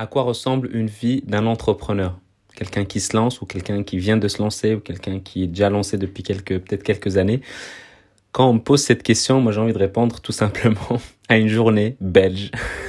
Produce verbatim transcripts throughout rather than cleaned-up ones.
à quoi ressemble une vie d'un entrepreneur? Quelqu'un qui se lance ou quelqu'un qui vient de se lancer ou quelqu'un qui est déjà lancé depuis quelques, peut-être quelques années. Quand on me pose cette question, moi j'ai envie de répondre tout simplement à une journée belge.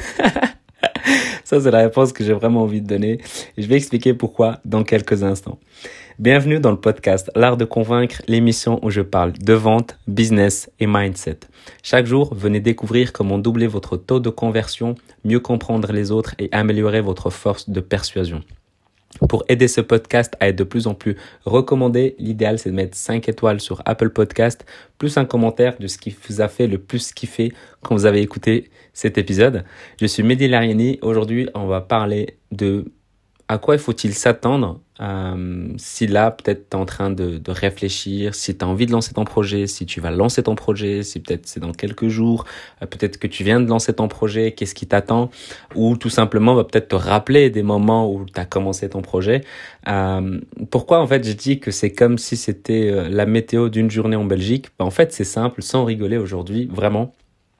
Ça, c'est la réponse que j'ai vraiment envie de donner. Et je vais expliquer pourquoi dans quelques instants. Bienvenue dans le podcast L'Art de Convaincre, l'émission où je parle de vente, business et mindset. Chaque jour, venez découvrir comment doubler votre taux de conversion, mieux comprendre les autres et améliorer votre force de persuasion. Pour aider ce podcast à être de plus en plus recommandé, l'idéal c'est de mettre cinq étoiles sur Apple Podcast, plus un commentaire de ce qui vous a fait le plus kiffer quand vous avez écouté cet épisode. Je suis Mehdi Lariani. Aujourd'hui, on va parler de à quoi faut-il s'attendre euh, si là, peut-être tu es en train de, de réfléchir, si tu as envie de lancer ton projet, si tu vas lancer ton projet, si peut-être c'est dans quelques jours, euh, peut-être que tu viens de lancer ton projet, qu'est-ce qui t'attend, ou tout simplement va peut-être te rappeler des moments où tu as commencé ton projet. Euh, pourquoi en fait je dis que c'est comme si c'était euh, la météo d'une journée en Belgique? Ben, en fait c'est simple, sans rigoler aujourd'hui, vraiment.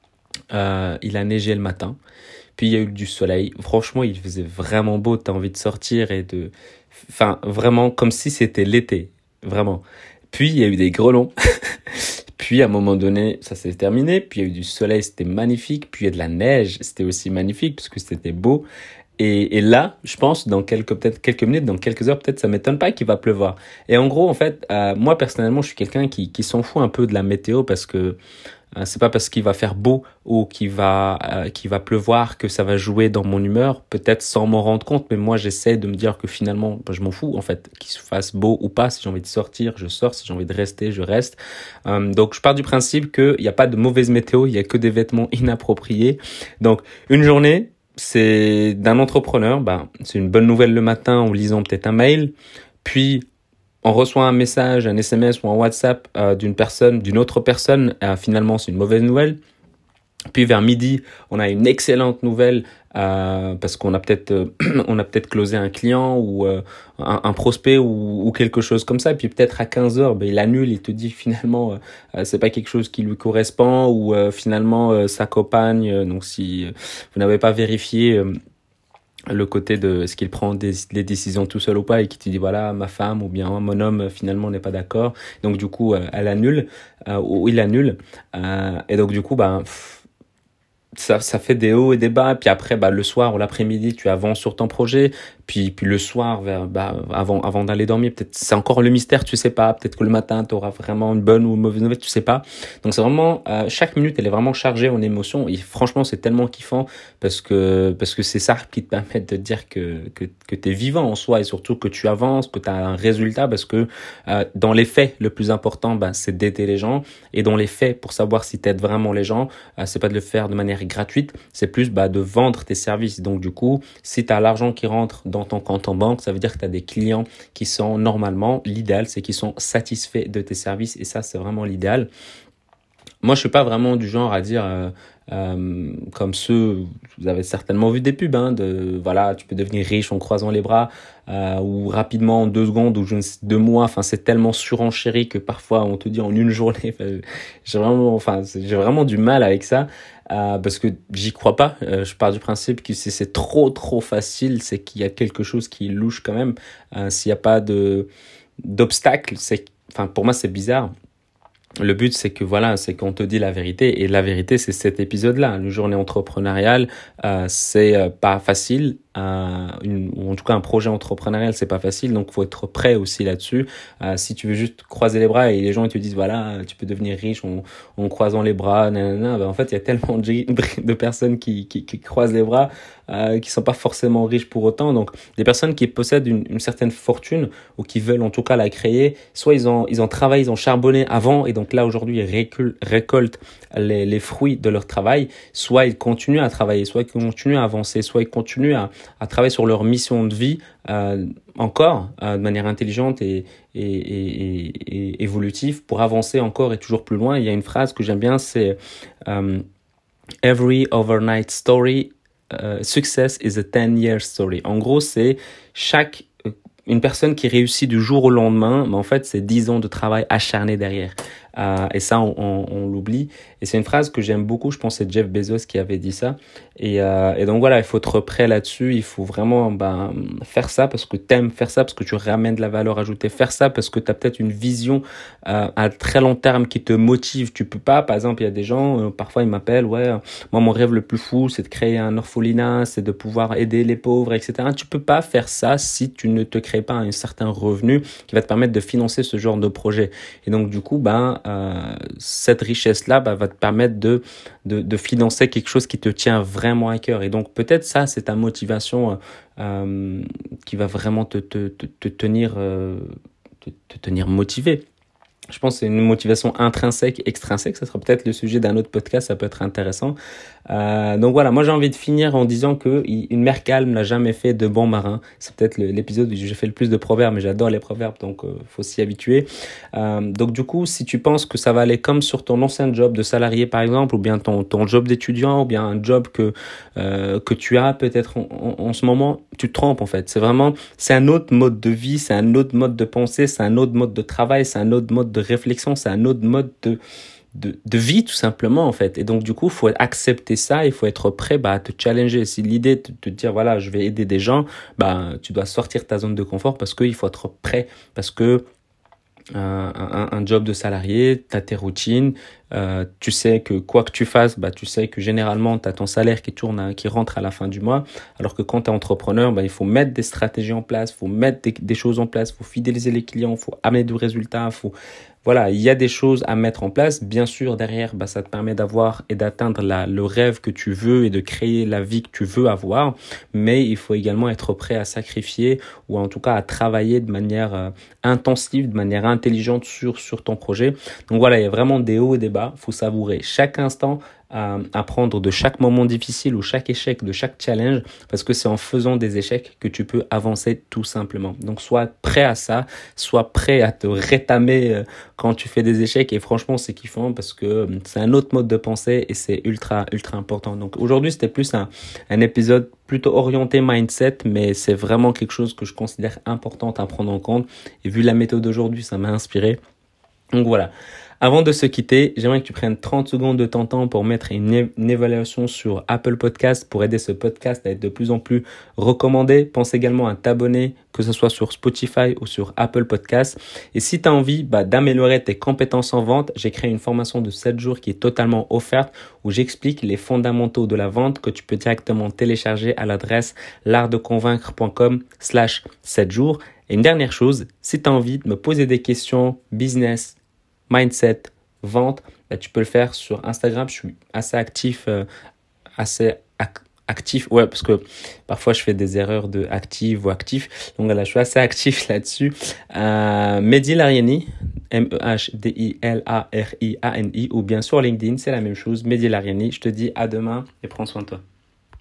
Euh, il a neigé le matin. Puis il y a eu du soleil. Franchement, il faisait vraiment beau. Tu as envie de sortir et de... Enfin, vraiment comme si c'était l'été. Vraiment. Puis il y a eu des grêlons. Puis à un moment donné, ça s'est terminé. Puis il y a eu du soleil, c'était magnifique. Puis il y a de la neige, c'était aussi magnifique parce que c'était beau. Et, et là, je pense, dans quelques, peut-être quelques minutes, dans quelques heures, peut-être, ça m'étonne pas qu'il va pleuvoir. Et en gros, en fait, euh, moi, personnellement, je suis quelqu'un qui, qui s'en fout un peu de la météo parce que euh, c'est pas parce qu'il va faire beau ou qu'il va, euh, qu'il va pleuvoir que ça va jouer dans mon humeur, peut-être sans m'en rendre compte, mais moi, j'essaie de me dire que finalement, bah, je m'en fous, en fait, qu'il se fasse beau ou pas. Si j'ai envie de sortir, je sors. Si j'ai envie de rester, je reste. Euh, donc, je pars du principe qu'il n'y a pas de mauvaise météo, il y a que des vêtements inappropriés. Donc, une journée, c'est d'un entrepreneur, ben, c'est une bonne nouvelle le matin en lisant peut-être un mail, puis on reçoit un message, un S M S ou un WhatsApp euh, d'une personne, d'une autre personne, euh, finalement c'est une mauvaise nouvelle. Puis vers midi, on a une excellente nouvelle euh, parce qu'on a peut-être euh, on a peut-être closé un client ou euh, un, un prospect ou, ou quelque chose comme ça. Et puis peut-être à quinze heures, ben, il annule, il te dit finalement euh, c'est pas quelque chose qui lui correspond ou euh, finalement euh, sa compagne. Euh, donc si euh, vous n'avez pas vérifié euh, le côté de est-ce qu'il prend des, les décisions tout seul ou pas et qui te dit voilà ma femme ou bien mon homme finalement n'est pas d'accord. Donc du coup euh, elle annule euh, ou il annule euh, et donc du coup ben pff, ça ça fait des hauts et des bas. Puis après bah le soir ou l'après-midi tu avances sur ton projet, puis puis le soir vers bah avant avant d'aller dormir, peut-être c'est encore le mystère, tu sais pas, peut-être que le matin tu auras vraiment une bonne ou une mauvaise nouvelle, tu sais pas. Donc c'est vraiment euh, chaque minute elle est vraiment chargée en émotions et franchement c'est tellement kiffant parce que parce que c'est ça qui te permet de te dire que que que tu es vivant en soi et surtout que tu avances, que tu as un résultat parce que euh, dans les faits le plus important bah c'est d'aider les gens, et dans les faits pour savoir si tu aides vraiment les gens, euh, c'est pas de le faire de manière gratuite, c'est plus bah de vendre tes services. Donc du coup, si tu as l'argent qui rentre dans ton compte en banque, ça veut dire que tu as des clients qui sont normalement, l'idéal c'est qu'ils sont satisfaits de tes services, et ça c'est vraiment l'idéal. Moi je suis pas vraiment du genre à dire euh, euh, comme ceux, vous avez certainement vu des pubs hein, de voilà tu peux devenir riche en croisant les bras euh, ou rapidement en deux secondes ou je ne sais, deux mois. Enfin c'est tellement surenchéri que parfois on te dit en une journée. Enfin, j'ai vraiment enfin j'ai vraiment du mal avec ça. Euh, parce que j'y crois pas. Euh, je pars du principe que si c'est trop trop facile, c'est qu'il y a quelque chose qui louche quand même. Euh, s'il y a pas de d'obstacle, c'est enfin pour moi c'est bizarre. Le but c'est que voilà, c'est qu'on te dit la vérité, et la vérité c'est cet épisode-là. Une journée entrepreneuriale, euh, c'est euh, pas facile. Euh, une, ou en tout cas un projet entrepreneurial c'est pas facile, donc faut être prêt aussi là-dessus. Euh, si tu veux juste croiser les bras et les gens ils te disent voilà tu peux devenir riche en, en croisant les bras, nanana, ben en fait il y a tellement de, de personnes qui, qui, qui croisent les bras euh, qui sont pas forcément riches pour autant. Donc des personnes qui possèdent une, une certaine fortune ou qui veulent en tout cas la créer, soit ils ont ils ont travaillé, ils ont charbonné avant et donc là aujourd'hui ils récul, récoltent les, les fruits de leur travail, soit ils continuent à travailler, soit ils continuent à avancer, soit ils continuent à à travailler sur leur mission de vie euh, encore euh, de manière intelligente et, et, et, et, et évolutive pour avancer encore et toujours plus loin. Il y a une phrase que j'aime bien, c'est um, every overnight story uh, success is a ten year story. En gros, c'est chaque une personne qui réussit du jour au lendemain, mais en fait, c'est dix ans de travail acharné derrière. Euh, et ça, on, on, on l'oublie. Et c'est une phrase que j'aime beaucoup. Je pense que c'est Jeff Bezos qui avait dit ça. Et, euh, et donc voilà, il faut être prêt là-dessus. Il faut vraiment ben, faire ça parce que t'aimes faire ça, parce que tu ramènes de la valeur ajoutée. Faire ça parce que tu as peut-être une vision euh, à très long terme qui te motive. Tu peux pas, par exemple, il y a des gens, euh, parfois ils m'appellent, ouais, moi mon rêve le plus fou, c'est de créer un orphelinat, c'est de pouvoir aider les pauvres, et cetera. Tu peux pas faire ça si tu ne te crées pas un certain revenu qui va te permettre de financer ce genre de projet. Et donc du coup, ben euh, cette richesse-là ben, va te permettre de, de de financer quelque chose qui te tient vraiment à cœur. Et donc peut-être ça, c'est ta motivation euh, qui va vraiment te te te, te tenir euh, te, te tenir motivé. Je pense que c'est une motivation intrinsèque, extrinsèque. Ça sera peut-être le sujet d'un autre podcast, ça peut être intéressant. Euh, donc voilà, moi j'ai envie de finir en disant que une mer calme n'a jamais fait de bon marin. C'est peut-être le, l'épisode où j'ai fait le plus de proverbes, mais j'adore les proverbes, donc euh, faut s'y habituer. Euh, donc du coup, si tu penses que ça va aller comme sur ton ancien job de salarié par exemple, ou bien ton ton job d'étudiant, ou bien un job que euh, que tu as peut-être en, en, en ce moment, tu te trompes en fait. C'est vraiment, c'est un autre mode de vie, c'est un autre mode de pensée, c'est un autre mode de travail, c'est un autre mode de réflexion, c'est un autre mode de De, de vie tout simplement en fait. Et donc du coup, il faut accepter ça, il faut être prêt bah, à te challenger. Si l'idée de te dire voilà, je vais aider des gens, bah, tu dois sortir de ta zone de confort parce qu'il faut être prêt. Parce que euh, un, un job de salarié, tu as tes routines, euh, tu sais que quoi que tu fasses, bah, tu sais que généralement tu as ton salaire qui tourne, à, qui rentre à la fin du mois. Alors que quand tu es entrepreneur, bah, il faut mettre des stratégies en place, il faut mettre des, des choses en place, il faut fidéliser les clients, il faut amener du résultat, il faut... Voilà, il y a des choses à mettre en place. Bien sûr, derrière, bah, ça te permet d'avoir et d'atteindre la, le rêve que tu veux et de créer la vie que tu veux avoir. Mais il faut également être prêt à sacrifier ou en tout cas à travailler de manière euh, intensive, de manière intelligente sur, sur ton projet. Donc voilà, il y a vraiment des hauts et des bas. Il faut savourer chaque instant, à apprendre de chaque moment difficile ou chaque échec, de chaque challenge, parce que c'est en faisant des échecs que tu peux avancer tout simplement. Donc sois prêt à ça, sois prêt à te rétamer quand tu fais des échecs, et franchement c'est kiffant parce que c'est un autre mode de pensée et c'est ultra ultra important. Donc aujourd'hui c'était plus un, un épisode plutôt orienté mindset, mais c'est vraiment quelque chose que je considère important à prendre en compte, et vu la méthode d'aujourd'hui ça m'a inspiré. Donc voilà. Avant de se quitter, j'aimerais que tu prennes trente secondes de ton temps pour mettre une, é- une évaluation sur Apple Podcast pour aider ce podcast à être de plus en plus recommandé. Pense également à t'abonner, que ce soit sur Spotify ou sur Apple Podcast. Et si tu as envie bah, d'améliorer tes compétences en vente, j'ai créé une formation de sept jours qui est totalement offerte où j'explique les fondamentaux de la vente que tu peux directement télécharger à l'adresse l'artdeconvaincre.com slash 7 jours. Et une dernière chose, si tu as envie de me poser des questions business, mindset, vente, bah, tu peux le faire sur Instagram. Je suis assez actif, euh, assez ac- actif, ouais, parce que parfois je fais des erreurs de active ou actif. Donc voilà, je suis assez actif là-dessus. Euh, Mehdi Lariani, M E H D I L A R I A N I, ou bien sur LinkedIn, c'est la même chose, Mehdi Lariani. Je te dis à demain et prends soin de toi.